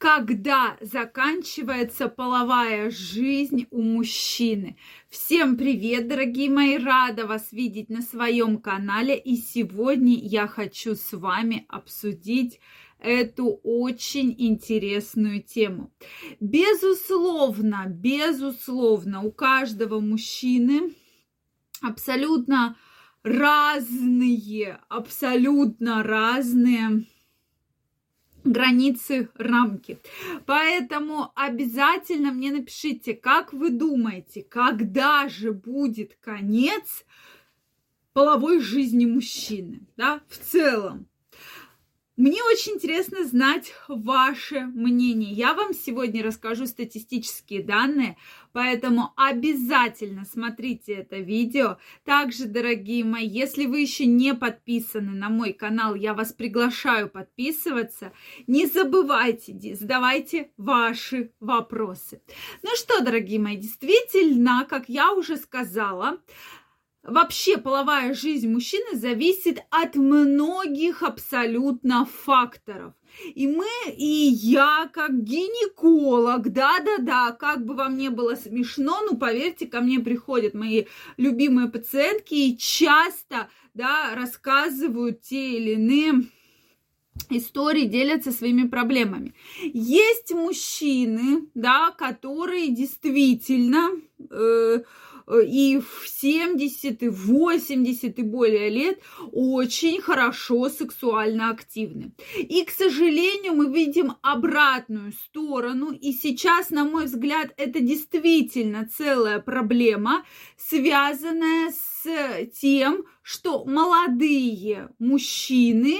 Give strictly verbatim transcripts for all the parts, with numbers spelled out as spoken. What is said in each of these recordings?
Когда заканчивается половая жизнь у мужчины? Всем привет, дорогие мои! Рада вас видеть на своем канале. И сегодня я хочу с вами обсудить эту очень интересную тему. Безусловно, безусловно, у каждого мужчины абсолютно разные, абсолютно разные границы, рамки. Поэтому обязательно мне напишите, как вы думаете, когда же будет конец половой жизни мужчины, да, в целом. Мне очень интересно знать ваше мнение. Я вам сегодня расскажу статистические данные, поэтому обязательно смотрите это видео. Также, дорогие мои, если вы еще не подписаны на мой канал, я вас приглашаю подписываться. Не забывайте, задавайте ваши вопросы. Ну что, дорогие мои, действительно, как я уже сказала, вообще половая жизнь мужчины зависит от многих абсолютно факторов. И мы, и я, как гинеколог, да-да-да, как бы вам не было смешно, ну, поверьте, ко мне приходят мои любимые пациентки и часто, да, рассказывают те или иные истории, делятся своими проблемами. Есть мужчины, да, которые действительно э, и в семьдесят, и в восемьдесят, и более лет очень хорошо сексуально активны. И, к сожалению, мы видим обратную сторону. И сейчас, на мой взгляд, это действительно целая проблема, связанная с тем, что молодые мужчины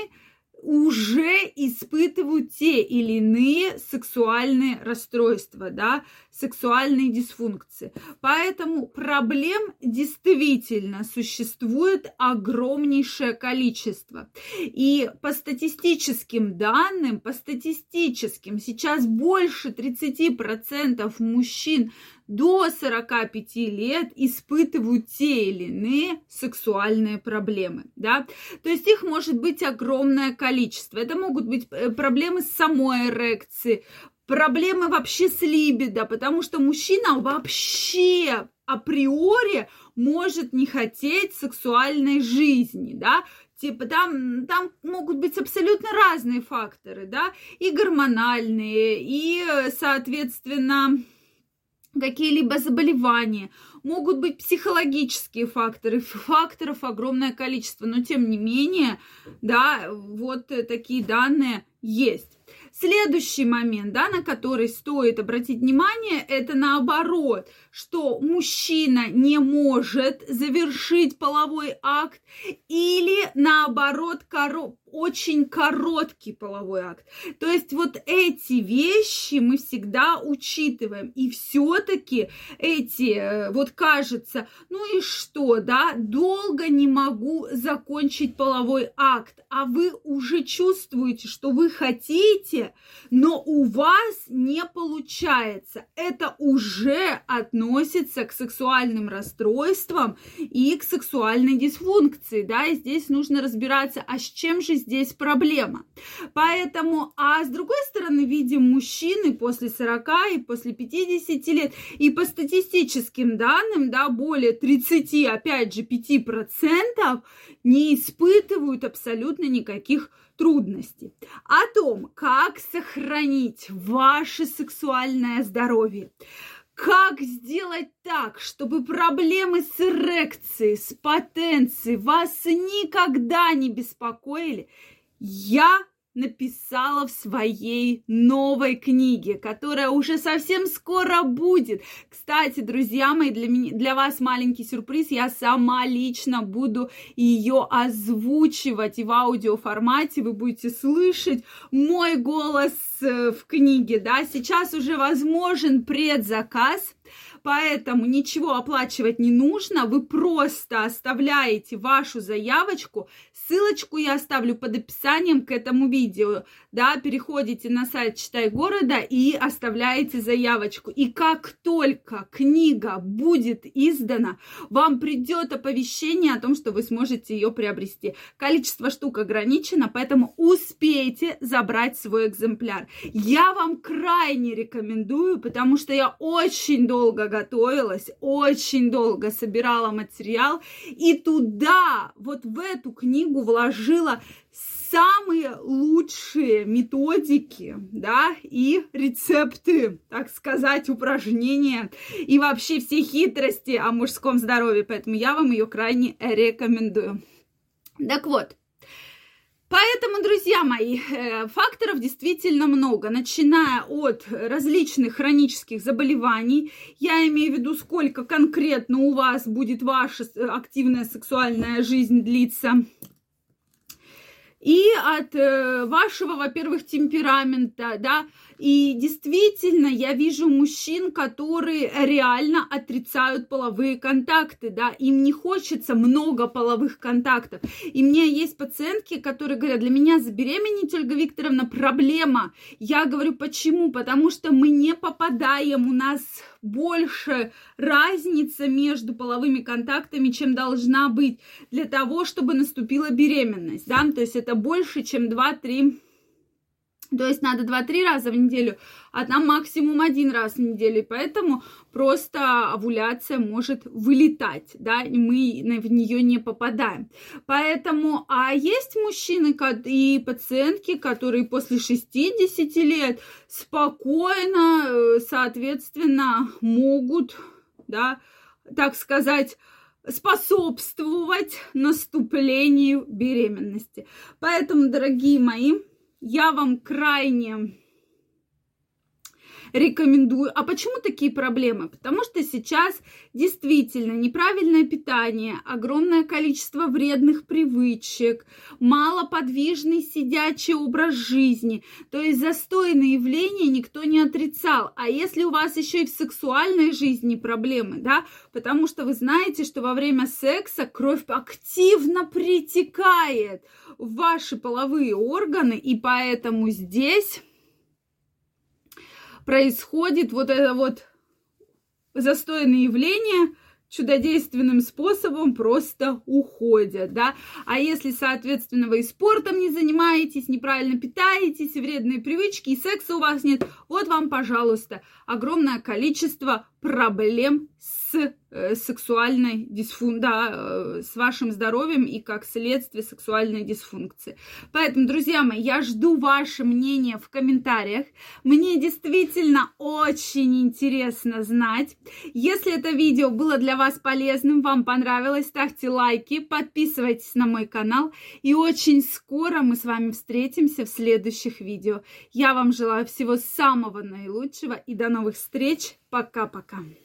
уже испытывают те или иные сексуальные расстройства, да, сексуальные дисфункции. Поэтому проблем действительно существует огромнейшее количество. И по статистическим данным, по статистическим, сейчас больше тридцать процентов мужчин до сорока пяти лет испытывают те или иные сексуальные проблемы, да. То есть их может быть огромное количество. Это могут быть проблемы с самой эрекцией, проблемы вообще с либидо, потому что мужчина вообще априори может не хотеть сексуальной жизни, да. Типа там, там могут быть абсолютно разные факторы, да, и гормональные, и, соответственно, какие-либо заболевания, могут быть психологические факторы, факторов огромное количество, но тем не менее, да, вот такие данные есть. Следующий момент, да, на который стоит обратить внимание, это наоборот, что мужчина не может завершить половой акт или наоборот коро- очень короткий половой акт. То есть вот эти вещи мы всегда учитываем. И все-таки эти, вот кажется, ну и что, да, долго не могу закончить половой акт, а вы уже чувствуете, что вы хотите, но у вас не получается. Это уже относится к сексуальным расстройствам и к сексуальной дисфункции, да, и здесь нужно разбираться, а с чем же здесь проблема. Поэтому, а с другой стороны, видим мужчины после сорока и после пятидесяти лет, и по статистическим данным, да, более тридцати, опять же, пяти процентов не испытывают абсолютно никаких трудностей. О том, как сохранить ваше сексуальное здоровье, как сделать так, чтобы проблемы с эрекцией, с потенцией вас никогда не беспокоили, я написала в своей новой книге, которая уже совсем скоро будет. Кстати, друзья мои, для меня, для вас маленький сюрприз. Я сама лично буду ее озвучивать, и в аудиоформате вы будете слышать мой голос в книге, да. Сейчас уже возможен предзаказ. Поэтому ничего оплачивать не нужно, вы просто оставляете вашу заявочку, Ссылочку я оставлю под описанием к этому видео. Да, переходите на сайт «Читай города» и оставляете заявочку. И как только книга будет издана, вам придет оповещение о том, что вы сможете ее приобрести. Количество штук ограничено, поэтому успейте забрать свой экземпляр. Я вам крайне рекомендую, потому что я очень долго готовилась, очень долго собирала материал, и туда, вот в эту книгу вложила самые лучшие методики, да, и рецепты, так сказать, упражнения, и вообще все хитрости о мужском здоровье, поэтому я вам ее крайне рекомендую. Так вот, поэтому, друзья мои, факторов действительно много, начиная от различных хронических заболеваний, я имею в виду, сколько конкретно у вас будет ваша активная сексуальная жизнь длиться, и от э, вашего, во-первых, темперамента, да, и действительно я вижу мужчин, которые реально отрицают половые контакты, да, им не хочется много половых контактов. И у меня есть пациентки, которые говорят, для меня забеременеть, Ольга Викторовна, проблема. Я говорю, почему? Потому что мы не попадаем, у нас больше разница между половыми контактами, чем должна быть для того, чтобы наступила беременность, да, то есть это больше, чем два-три, то есть надо два-три раза в неделю, а там максимум один раз в неделю, и поэтому просто овуляция может вылетать, да, и мы в нее не попадаем. Поэтому, а есть мужчины и пациентки, которые после шестидесяти лет спокойно, соответственно, могут, да, так сказать, способствовать наступлению беременности. Поэтому, дорогие мои, я вам крайне рекомендую. А почему такие проблемы? Потому что сейчас действительно неправильное питание, огромное количество вредных привычек, малоподвижный сидячий образ жизни. То есть застойные явления никто не отрицал. А если у вас еще и в сексуальной жизни проблемы, да, потому что вы знаете, что во время секса кровь активно притекает в ваши половые органы, и поэтому здесь происходит вот это вот застойное явление, чудодейственным способом просто уходят, да. А если, соответственно, вы и спортом не занимаетесь, неправильно питаетесь, и вредные привычки, и секса у вас нет, вот вам, пожалуйста, огромное количество проблем с э, сексуальной дисфункцией, да, э, с вашим здоровьем и как следствие сексуальной дисфункции. Поэтому, друзья мои, я жду ваше мнение в комментариях. Мне действительно очень интересно знать. Если это видео было для вас полезным, вам понравилось, ставьте лайки, подписывайтесь на мой канал. И очень скоро мы с вами встретимся в следующих видео. Я вам желаю всего самого наилучшего и до новых встреч. Пока-пока.